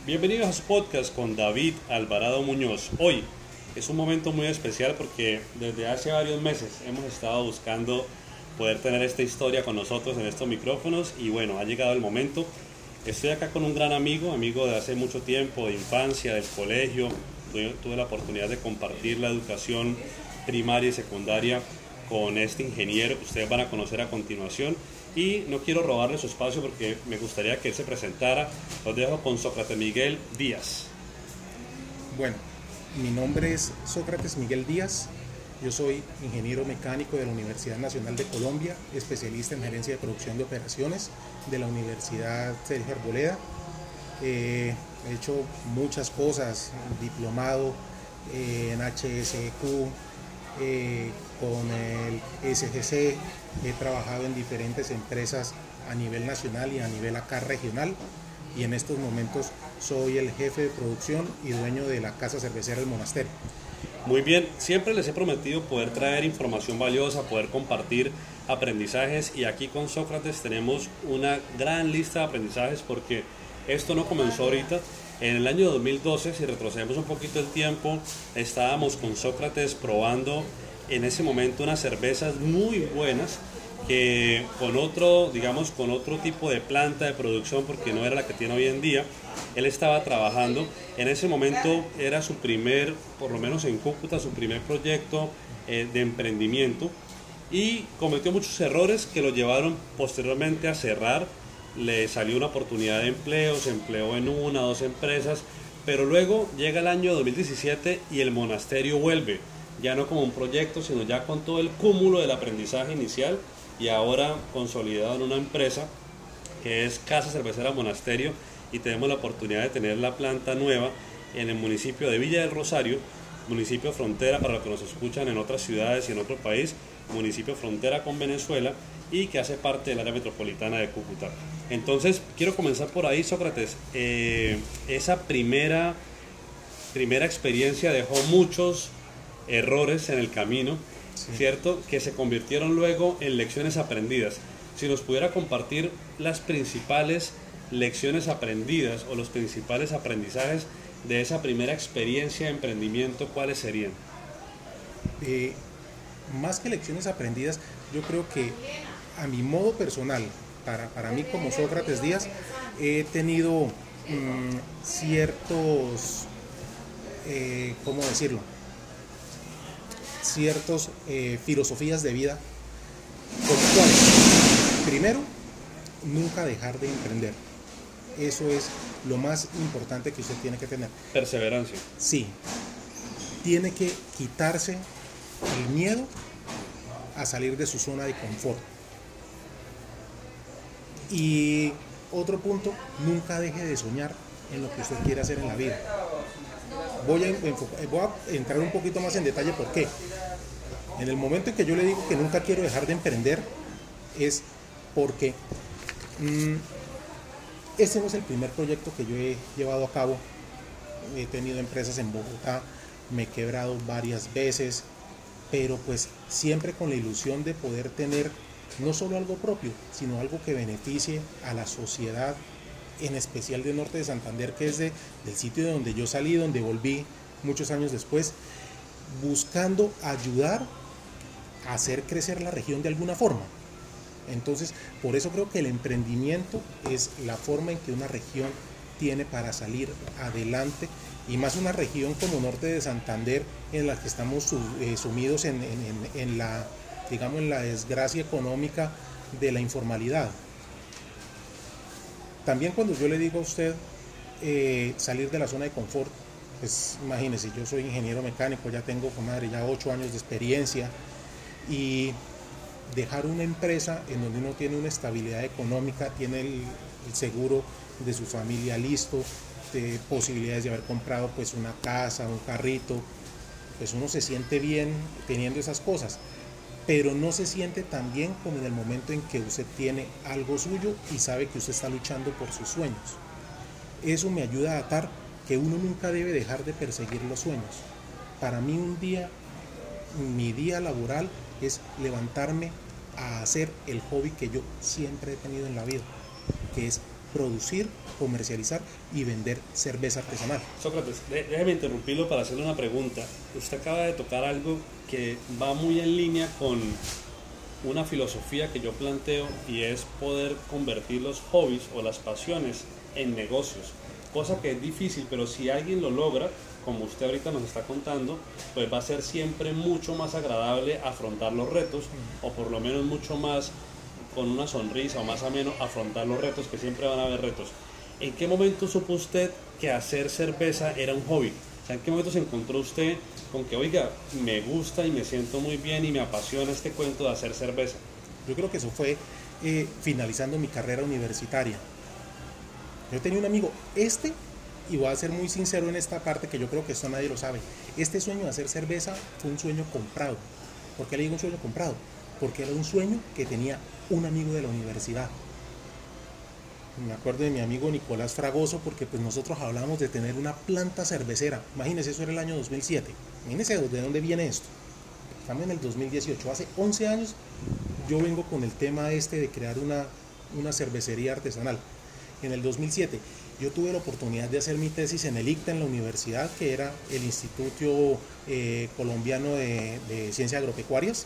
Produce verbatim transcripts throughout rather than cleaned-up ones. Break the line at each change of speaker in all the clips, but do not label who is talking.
Bienvenidos a su podcast con David Alvarado Muñoz. Hoy es un momento muy especial porque desde hace varios meses hemos estado buscando poder tener esta historia con nosotros en estos micrófonos y bueno, ha llegado el momento. Estoy acá con un gran amigo, amigo de hace mucho tiempo, de infancia, del colegio. Tuve, tuve la oportunidad de compartir la educación primaria y secundaria con este ingeniero que ustedes van a conocer a continuación. Y no quiero robarle su espacio porque me gustaría que él se presentara. Los dejo con Sócrates Miguel Díaz.
Bueno, mi nombre es Sócrates Miguel Díaz. Yo soy ingeniero mecánico de la Universidad Nacional de Colombia, especialista en gerencia de producción de operaciones de la Universidad Sergio Arboleda. Eh, he hecho muchas cosas, diplomado eh, en H S E Q, eh, con el S G C, he trabajado en diferentes empresas a nivel nacional y a nivel acá regional, y en estos momentos soy el jefe de producción y dueño de la casa cervecera El Monasterio.
Muy bien, siempre les he prometido poder traer información valiosa, poder compartir aprendizajes, y aquí con Sócrates tenemos una gran lista de aprendizajes porque esto no comenzó ahorita. En el año dos mil doce, si retrocedemos un poquito el tiempo, estábamos con Sócrates probando en ese momento unas cervezas muy buenas que con otro, digamos, con otro tipo de planta de producción, porque no era la que tiene hoy en día. Él estaba trabajando, en ese momento era su primer, por lo menos en Cúcuta, su primer proyecto eh, de emprendimiento, y cometió muchos errores que lo llevaron posteriormente a cerrar. Le salió una oportunidad de empleo, se empleó en una o dos empresas, pero luego llega el año dos mil diecisiete y el monasterio vuelve, ya no como un proyecto, sino ya con todo el cúmulo del aprendizaje inicial, y ahora consolidado en una empresa que es Casa Cervecera Monasterio, y tenemos la oportunidad de tener la planta nueva en el municipio de Villa del Rosario, municipio frontera para los que nos escuchan en otras ciudades y en otro país, municipio frontera con Venezuela y que hace parte del área metropolitana de Cúcuta. Entonces quiero comenzar por ahí, Sócrates. Eh, esa primera, primera experiencia dejó muchos errores en el camino, sí, ¿cierto? Que se convirtieron luego en lecciones aprendidas. Si nos pudiera compartir las principales lecciones aprendidas o los principales aprendizajes de esa primera experiencia de emprendimiento, ¿cuáles serían?
Eh, más que lecciones aprendidas, yo creo que a mi modo personal, para, para mí como Sócrates Díaz, he tenido mmm, ciertos, eh, ¿cómo decirlo? ciertas eh, filosofías de vida, con cuales, primero, nunca dejar de emprender. Eso es lo más importante que usted tiene que tener.
Perseverancia.
Sí, tiene que quitarse el miedo a salir de su zona de confort. Y otro punto, nunca deje de soñar en lo que usted quiere hacer en la vida. Voy a, voy a entrar un poquito más en detalle por qué. En el momento en que yo le digo que nunca quiero dejar de emprender, es porque mmm, este no es el primer proyecto que yo he llevado a cabo. He tenido empresas en Bogotá, me he quebrado varias veces, pero pues siempre con la ilusión de poder tener no solo algo propio, sino algo que beneficie a la sociedad, en especial de Norte de Santander, que es de, del sitio de donde yo salí, donde volví muchos años después, buscando ayudar a hacer crecer la región de alguna forma. Entonces, por eso creo que el emprendimiento es la forma en que una región tiene para salir adelante, y más una región como Norte de Santander, en la que estamos eh, sumidos en, en, en, la, digamos, en la desgracia económica de la informalidad. También cuando yo le digo a usted eh, salir de la zona de confort, pues imagínese, yo soy ingeniero mecánico, ya tengo, comadre, ya ocho años de experiencia, y dejar una empresa en donde uno tiene una estabilidad económica, tiene el, el seguro de su familia listo, de posibilidades de haber comprado pues una casa, un carrito, pues uno se siente bien teniendo esas cosas, pero no se siente tan bien como en el momento en que usted tiene algo suyo y sabe que usted está luchando por sus sueños. Eso me ayuda a atar que uno nunca debe dejar de perseguir los sueños. Para mí un día, mi día laboral es levantarme a hacer el hobby que yo siempre he tenido en la vida, que es producir, comercializar y vender cerveza artesanal.
Sócrates, déjeme interrumpirlo para hacerle una pregunta. Usted acaba de tocar algo que va muy en línea con una filosofía que yo planteo, y es poder convertir los hobbies o las pasiones en negocios, cosa que es difícil, pero si alguien lo logra, como usted ahorita nos está contando, pues va a ser siempre mucho más agradable afrontar los retos, o por lo menos mucho más con una sonrisa o más ameno afrontar los retos, que siempre van a haber retos. ¿En qué momento supo usted que hacer cerveza era un hobby? O sea, ¿en qué momento se encontró usted con que, oiga, me gusta y me siento muy bien y me apasiona este cuento de hacer cerveza?
Yo creo que eso fue eh, finalizando mi carrera universitaria. Yo tenía un amigo, este, y voy a ser muy sincero en esta parte, que yo creo que esto nadie lo sabe, este sueño de hacer cerveza fue un sueño comprado. ¿Por qué le digo un sueño comprado? Porque era un sueño que tenía un amigo de la universidad. Me acuerdo de mi amigo Nicolás Fragoso, porque pues nosotros hablábamos de tener una planta cervecera. Imagínense, eso era el año dos mil siete. Imagínense de dónde viene esto. Estamos en el dos mil dieciocho. Hace once años yo vengo con el tema este de crear una, una cervecería artesanal. En el dos mil siete yo tuve la oportunidad de hacer mi tesis en el I C T A, en la universidad, que era el Instituto eh, Colombiano de, de Ciencias Agropecuarias.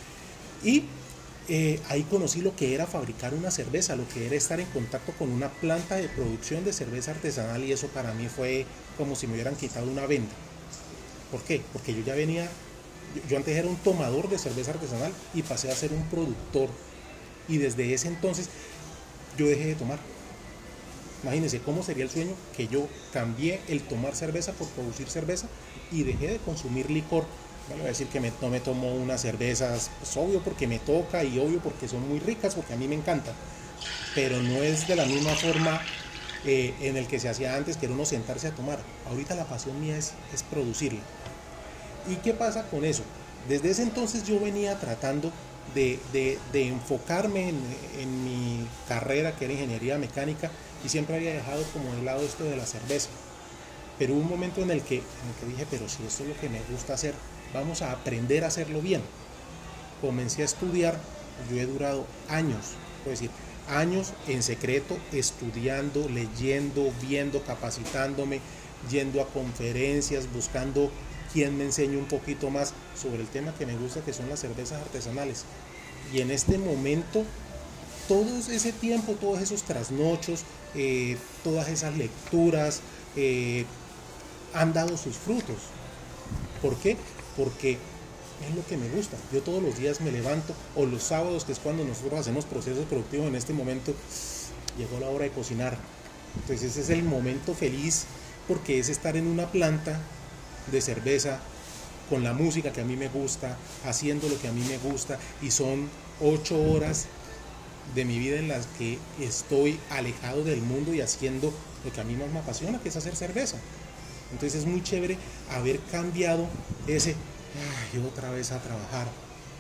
Y Eh, ahí conocí lo que era fabricar una cerveza, lo que era estar en contacto con una planta de producción de cerveza artesanal, y eso para mí fue como si me hubieran quitado una venda. ¿Por qué? Porque yo ya venía, yo, yo antes era un tomador de cerveza artesanal y pasé a ser un productor, y desde ese entonces yo dejé de tomar. Imagínense cómo sería el sueño que yo cambié el tomar cerveza por producir cerveza y dejé de consumir licor. Bueno, voy a decir que me, no me tomo unas cervezas, pues obvio porque me toca y obvio porque son muy ricas, porque a mí me encantan, pero no es de la misma forma eh, en el que se hacía antes, que era uno sentarse a tomar. Ahorita la pasión mía es, es producirla. ¿Y qué pasa con eso? Desde ese entonces yo venía tratando de, de, de enfocarme en, en mi carrera, que era ingeniería mecánica, y siempre había dejado como de lado esto de la cerveza. Pero hubo un momento en el que, en el que dije, pero si esto es lo que me gusta hacer, vamos a aprender a hacerlo bien. Comencé a estudiar, yo he durado años, puedo decir, años en secreto, estudiando, leyendo, viendo, capacitándome, yendo a conferencias, buscando quien me enseñe un poquito más sobre el tema que me gusta, que son las cervezas artesanales. Y en este momento, todo ese tiempo, todos esos trasnochos, eh, todas esas lecturas, eh, han dado sus frutos. ¿Por qué? Porque es lo que me gusta. Yo todos los días me levanto, o los sábados, que es cuando nosotros hacemos procesos productivos, en este momento llegó la hora de cocinar. Entonces ese es el momento feliz, porque es estar en una planta de cerveza con la música que a mí me gusta, haciendo lo que a mí me gusta, y son ocho horas de mi vida en las que estoy alejado del mundo y haciendo lo que a mí más me apasiona, que es hacer cerveza. Entonces es muy chévere haber cambiado ese, ay, otra vez a trabajar,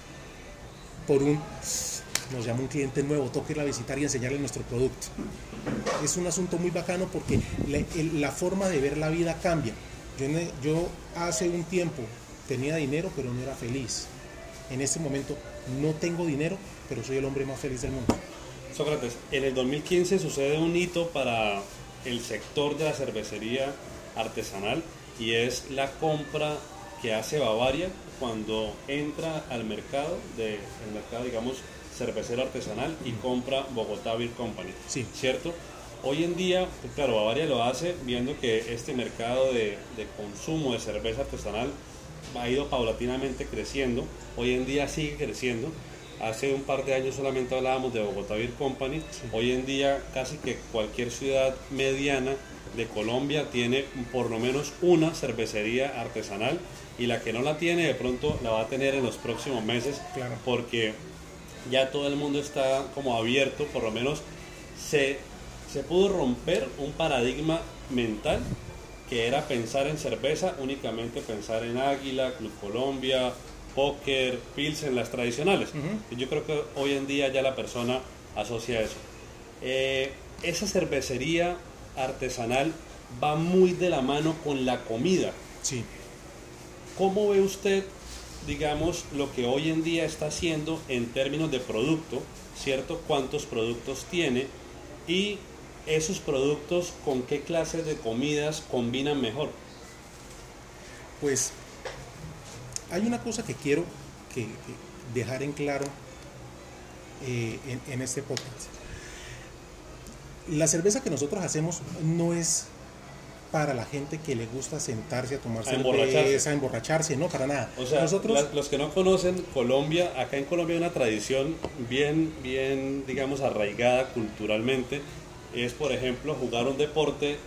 por un, nos llama un cliente nuevo, toca ir a visitar y enseñarle nuestro producto. Es un asunto muy bacano, porque la, el, la forma de ver la vida cambia. Yo, yo hace un tiempo tenía dinero, pero no era feliz. En este momento no tengo dinero, pero soy el hombre más feliz del mundo.
Sócrates, en el dos mil quince sucede un hito para el sector de la cervecería artesanal, y es la compra que hace Bavaria cuando entra al mercado, de, el mercado digamos cervecero artesanal, y compra Bogotá Beer Company,
sí.
¿Cierto? Hoy en día, pues claro, Bavaria lo hace viendo que este mercado de, de consumo de cerveza artesanal ha ido paulatinamente creciendo. Hoy en día sigue creciendo. Hace un par de años solamente hablábamos de Bogotá Beer Company. Sí. Hoy en día casi que cualquier ciudad mediana de Colombia tiene por lo menos una cervecería artesanal, y la que no la tiene de pronto la va a tener en los próximos meses,
claro.
Porque ya todo el mundo está como abierto, por lo menos se, se pudo romper un paradigma mental que era pensar en cerveza, únicamente pensar en Águila, Club Colombia, Póker, Pilsen, las tradicionales. Uh-huh. Yo creo que hoy en día ya la persona asocia eso. Eh, esa cervecería artesanal va muy de la mano con la comida.
Sí.
¿Cómo ve usted, digamos, lo que hoy en día está haciendo en términos de producto, ¿cierto? ¿Cuántos productos tiene? Y esos productos con qué clases de comidas combinan mejor.
Pues hay una cosa que quiero que, que dejar en claro eh, en, en este podcast. La cerveza que nosotros hacemos no es para la gente que le gusta sentarse a tomar
A
cerveza,
emborracharse.
a emborracharse, no, para nada.
O sea,
nosotros,
la- los que no conocen Colombia, acá en Colombia hay una tradición bien, bien, digamos, arraigada culturalmente. Es, por ejemplo, jugar un deporte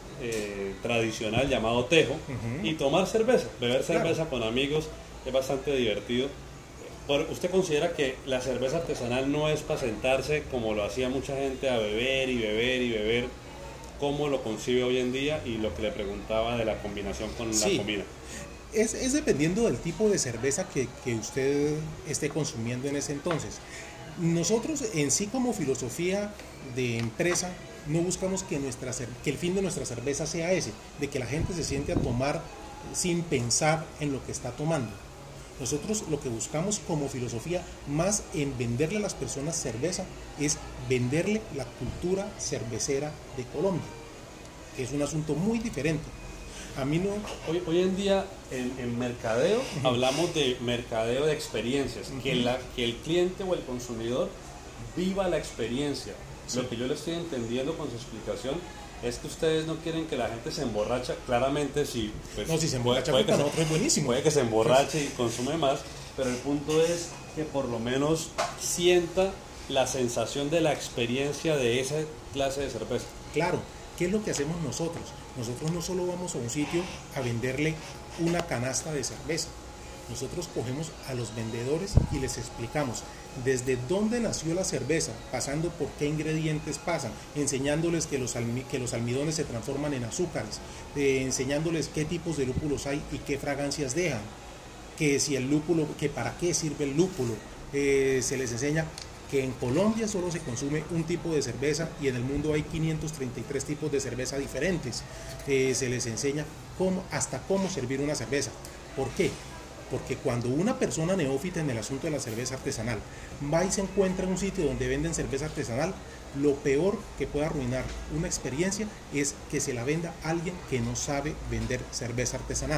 eh, tradicional llamado tejo
Ujú.
y tomar cerveza, beber
Claro.
cerveza con amigos, es bastante divertido. Por- ¿Usted considera que la cerveza artesanal no es para sentarse como lo hacía mucha gente a beber y beber y beber? ¿Cómo lo concibe hoy en día? Y lo que le preguntaba de la combinación con
Sí.
la comida.
es, es dependiendo del tipo de cerveza que, que usted esté consumiendo en ese entonces. Nosotros en sí como filosofía de empresa no buscamos que, nuestra, cer- que el fin de nuestra cerveza sea ese, de que la gente se siente a tomar sin pensar en lo que está tomando. Nosotros lo que buscamos como filosofía, más en venderle a las personas cerveza, es venderle la cultura cervecera de Colombia, que es un asunto muy diferente. A mí no...
Hoy, hoy en día en, en mercadeo hablamos de mercadeo de experiencias, que, la, que el cliente o el consumidor viva la experiencia.
Sí.
Lo que yo le estoy entendiendo con su explicación es que ustedes no quieren que la gente se emborracha. Claramente sí. Pues,
No, si se emborracha
puede,
con
puede que
nosotros es buenísimo.
Puede que se emborrache y consume más, pero el punto es que por lo menos sienta la sensación de la experiencia de esa clase de cerveza.
Claro, ¿qué es lo que hacemos nosotros? Nosotros no solo vamos a un sitio a venderle una canasta de cerveza. Nosotros cogemos a los vendedores y les explicamos desde dónde nació la cerveza, pasando por qué ingredientes pasan, enseñándoles que los, almi- que los almidones se transforman en azúcares, eh, enseñándoles qué tipos de lúpulos hay y qué fragancias dejan, que si el lúpulo, que para qué sirve el lúpulo. Eh, se les enseña que en Colombia solo se consume un tipo de cerveza y en el mundo hay quinientos treinta y tres tipos de cerveza diferentes. Eh, se les enseña cómo, hasta cómo servir una cerveza. ¿Por qué? Porque cuando una persona neófita en el asunto de la cerveza artesanal va y se encuentra en un sitio donde venden cerveza artesanal, lo peor que puede arruinar una experiencia es que se la venda a alguien que no sabe vender cerveza artesanal.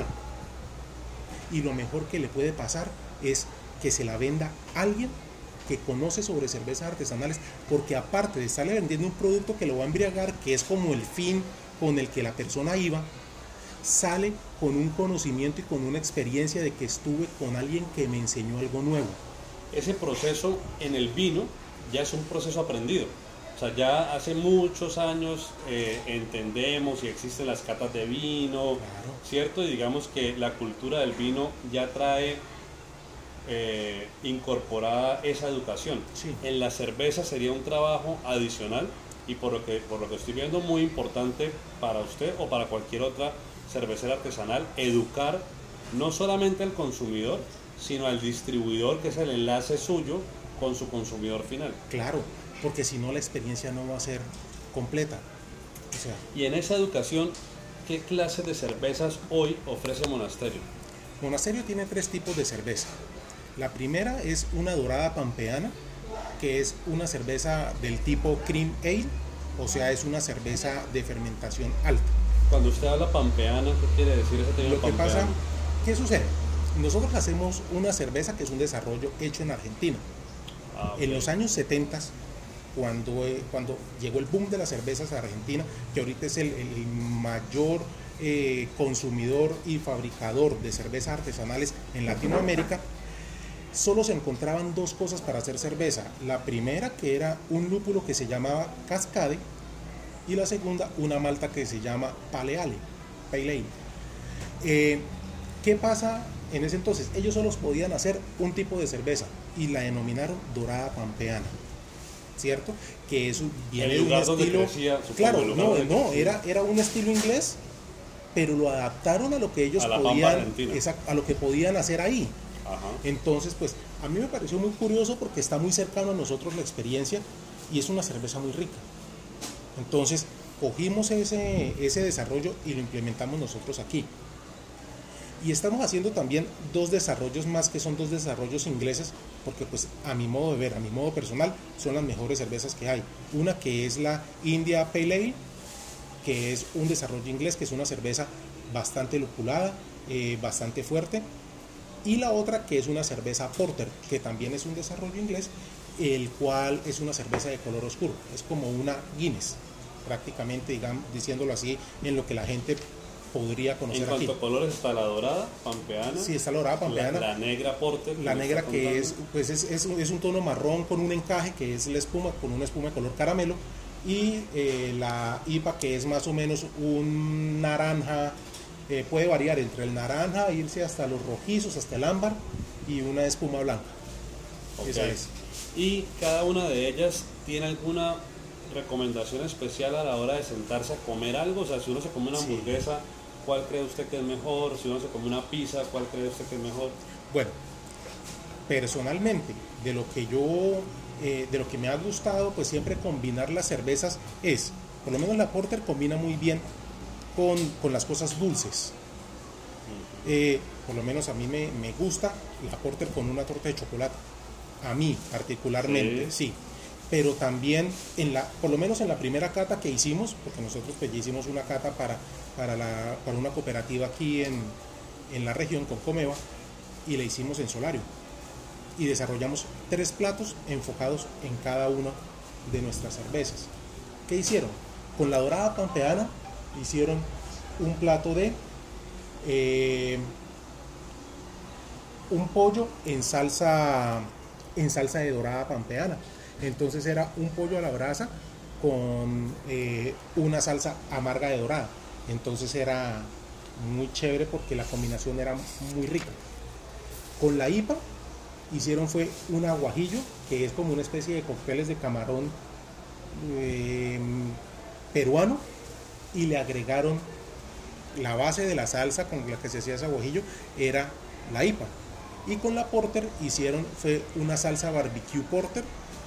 Y lo mejor que le puede pasar es que se la venda a alguien que conoce sobre cervezas artesanales, porque aparte de estarle vendiendo un producto que lo va a embriagar, que es como el fin con el que la persona iba, sale con un conocimiento y con una experiencia de que estuve con alguien que me enseñó algo nuevo.
Ese proceso en el vino ya es un proceso aprendido. O sea, ya hace muchos años eh, entendemos y existen las catas de vino,
Claro.
¿cierto? Y digamos que la cultura del vino ya trae eh, incorporada esa educación.
Sí.
En la cerveza sería un trabajo adicional y por lo que, por lo que estoy viendo muy importante para usted o para cualquier otra cervecera artesanal, educar no solamente al consumidor, sino al distribuidor, que es el enlace suyo con su consumidor final.
Claro, porque si no la experiencia no va a ser completa. O sea,
Y en esa educación, ¿qué clases de cervezas hoy ofrece Monasterio?
Monasterio tiene tres tipos de cerveza. La primera es una dorada pampeana, que es una cerveza del tipo cream ale, o sea, es una cerveza de fermentación alta.
Cuando usted habla pampeana, ¿qué quiere decir ese término
Lo que
pampeano?
pasa, ¿qué sucede? Nosotros hacemos una cerveza que es un desarrollo hecho en Argentina.
Ah, ok.
En los años setenta, cuando, eh, cuando llegó el boom de las cervezas a Argentina, que ahorita es el, el mayor eh, consumidor y fabricador de cervezas artesanales en Latinoamérica, solo se encontraban dos cosas para hacer cerveza. La primera, que era un lúpulo que se llamaba Cascade, y la segunda, una malta que se llama Pale Ale, Pale Ale. Eh, ¿Qué pasa en ese entonces? Ellos solo podían hacer un tipo de cerveza y la denominaron dorada pampeana, ¿cierto? Que eso viene
El
de un
lugar donde
estilo...
crecía, supongo,
claro,
el lugar
no,
donde
no,
crecía.
era, era un estilo inglés, pero lo adaptaron a lo que ellos
A la pampa
podían,
argentina.
exact- a lo que podían hacer ahí.
Ajá.
Entonces, pues, a mí me pareció muy curioso porque está muy cercano a nosotros la experiencia y es una cerveza muy rica. Entonces, cogimos ese, ese desarrollo y lo implementamos nosotros aquí. Y estamos haciendo también dos desarrollos más, que son dos desarrollos ingleses, porque pues a mi modo de ver, a mi modo personal, son las mejores cervezas que hay. Una que es la India Pale Ale, que es un desarrollo inglés, que es una cerveza bastante lupulada, eh, bastante fuerte. Y la otra que es una cerveza Porter, que también es un desarrollo inglés, el cual es una cerveza de color oscuro, es como una Guinness, prácticamente, digamos, diciéndolo así, en lo que la gente podría conocer aquí.
En cuanto
aquí.
a colores, está la dorada, pampeana.
Sí, está la dorada, pampeana.
La, la negra Porter.
La negra que es, pues es, es, es un tono marrón con un encaje, que es la espuma, con una espuma de color caramelo. Y eh, la I P A, que es más o menos un naranja, eh, puede variar entre el naranja, irse hasta los rojizos, hasta el ámbar, y una espuma blanca.
Okay.
Esa es.
Y cada una de ellas tiene alguna recomendación especial a la hora de sentarse a comer algo. O sea, si uno se come una
Sí.
hamburguesa, ¿cuál cree usted que es mejor? Si uno se come una pizza, ¿cuál cree usted que es mejor?
Bueno, personalmente, de lo que yo, eh, de lo que me ha gustado, pues siempre combinar las cervezas es, por lo menos la Porter combina muy bien con, con las cosas dulces. Eh, por lo menos a mí me, me gusta la Porter con una torta de chocolate. A mí particularmente, sí. sí. Pero también, en la, por lo menos en la primera cata que hicimos, porque nosotros pues ya hicimos una cata para, para, la, para una cooperativa aquí en, en la región con Comeva, y la hicimos en Solarium. Y desarrollamos tres platos enfocados en cada una de nuestras cervezas. ¿Qué hicieron? Con la dorada pampeana hicieron un plato de eh, un pollo en salsa en salsa de dorada pampeana. Entonces era un pollo a la brasa con eh, una salsa amarga de dorada. Entonces era muy chévere porque la combinación era muy rica. Con la I P A hicieron fue un aguajillo, que es como una especie de cócteles de camarón eh, peruano, y le agregaron la base de la salsa con la que se hacía ese aguajillo, era la I P A. Y con la Porter hicieron fue una salsa barbecue Porter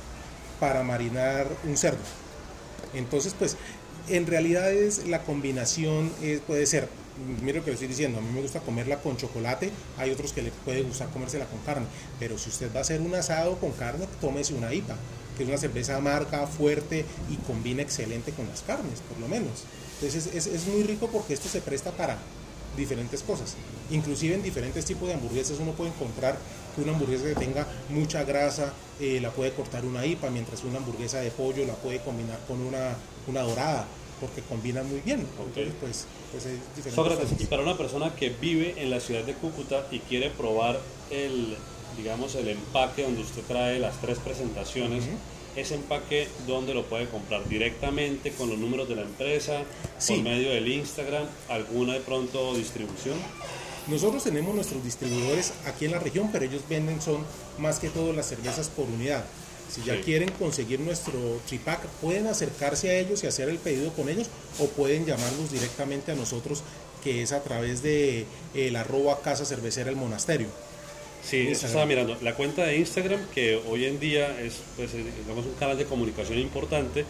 para marinar un cerdo. Entonces pues en realidad es la combinación, es, puede ser, mire lo que le estoy diciendo, a mí me gusta comerla con chocolate, hay otros que le puede gustar comérsela con carne, pero si usted va a hacer un asado con carne, tómese una I P A, que es una cerveza amarga, fuerte y combina excelente con las carnes, por lo menos. Entonces es, es, es muy rico porque esto se presta para diferentes cosas, inclusive en diferentes tipos de hamburguesas uno puede encontrar que una hamburguesa que tenga mucha grasa eh, la puede cortar una I P A, mientras una hamburguesa de pollo la puede combinar con una, una dorada, porque combinan muy bien.
Okay.
Entonces, pues, pues es diferente.
Sócrates, y para una persona que vive en la ciudad de Cúcuta y quiere probar el, digamos, el empaque donde usted trae las tres presentaciones, uh-huh. ese empaque, ¿dónde lo puede comprar? ¿Directamente con los números de la empresa? Sí. ¿Por medio del Instagram? ¿Alguna de pronto distribución?
Nosotros tenemos nuestros distribuidores aquí en la región, pero ellos venden son más que todo las cervezas por unidad. Si ya sí. quieren conseguir nuestro tripack, pueden acercarse a ellos y hacer el pedido con ellos, o pueden llamarnos directamente a nosotros, que es a través de el arroba Casa Cervecera El Monasterio.
Sí, eso estaba mirando. La cuenta de Instagram, que hoy en día es pues, digamos, un canal de comunicación importante,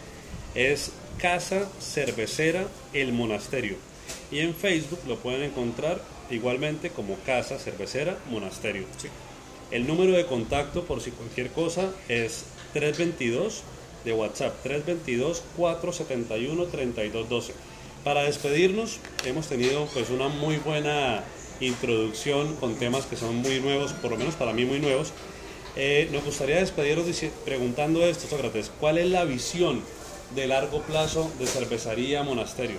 es Casa Cervecera El Monasterio. Y en Facebook lo pueden encontrar igualmente como Casa Cervecera Monasterio.
Sí.
El número de contacto, por si cualquier cosa, es tres dos dos de WhatsApp, tres dos dos, cuatro siete uno, tres dos uno dos. Para despedirnos, hemos tenido pues una muy buena introducción con temas que son muy nuevos, por lo menos para mí muy nuevos. Eh, nos gustaría despedirnos preguntando esto, Sócrates, ¿cuál es la visión de largo plazo de Cervecería Monasterio?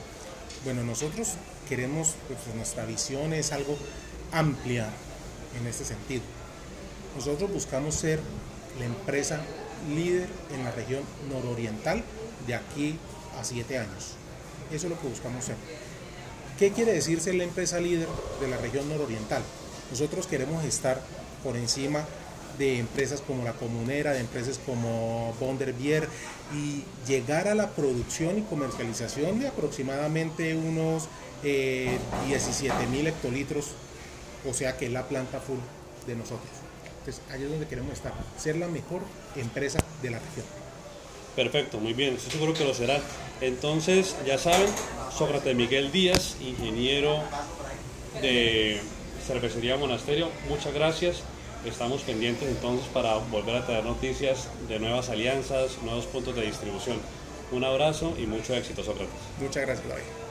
Bueno, nosotros queremos, pues nuestra visión es algo amplia en este sentido. Nosotros buscamos ser la empresa líder en la región nororiental de aquí a siete años. Eso es lo que buscamos ser. ¿Qué quiere decir ser la empresa líder de la región nororiental? Nosotros queremos estar por encima de empresas como La Comunera, de empresas como Bonderbier, y llegar a la producción y comercialización de aproximadamente unos eh, diecisiete mil hectolitros, o sea que es la planta full de nosotros. Entonces ahí es donde queremos estar, ser la mejor empresa de la región.
Perfecto, muy bien, estoy seguro que lo será. Entonces, ya saben, Sócrates Miguel Díaz, ingeniero de Cervecería Monasterio, muchas gracias. Estamos pendientes entonces para volver a traer noticias de nuevas alianzas, nuevos puntos de distribución. Un abrazo y mucho éxito, Sócrates.
Muchas gracias, David.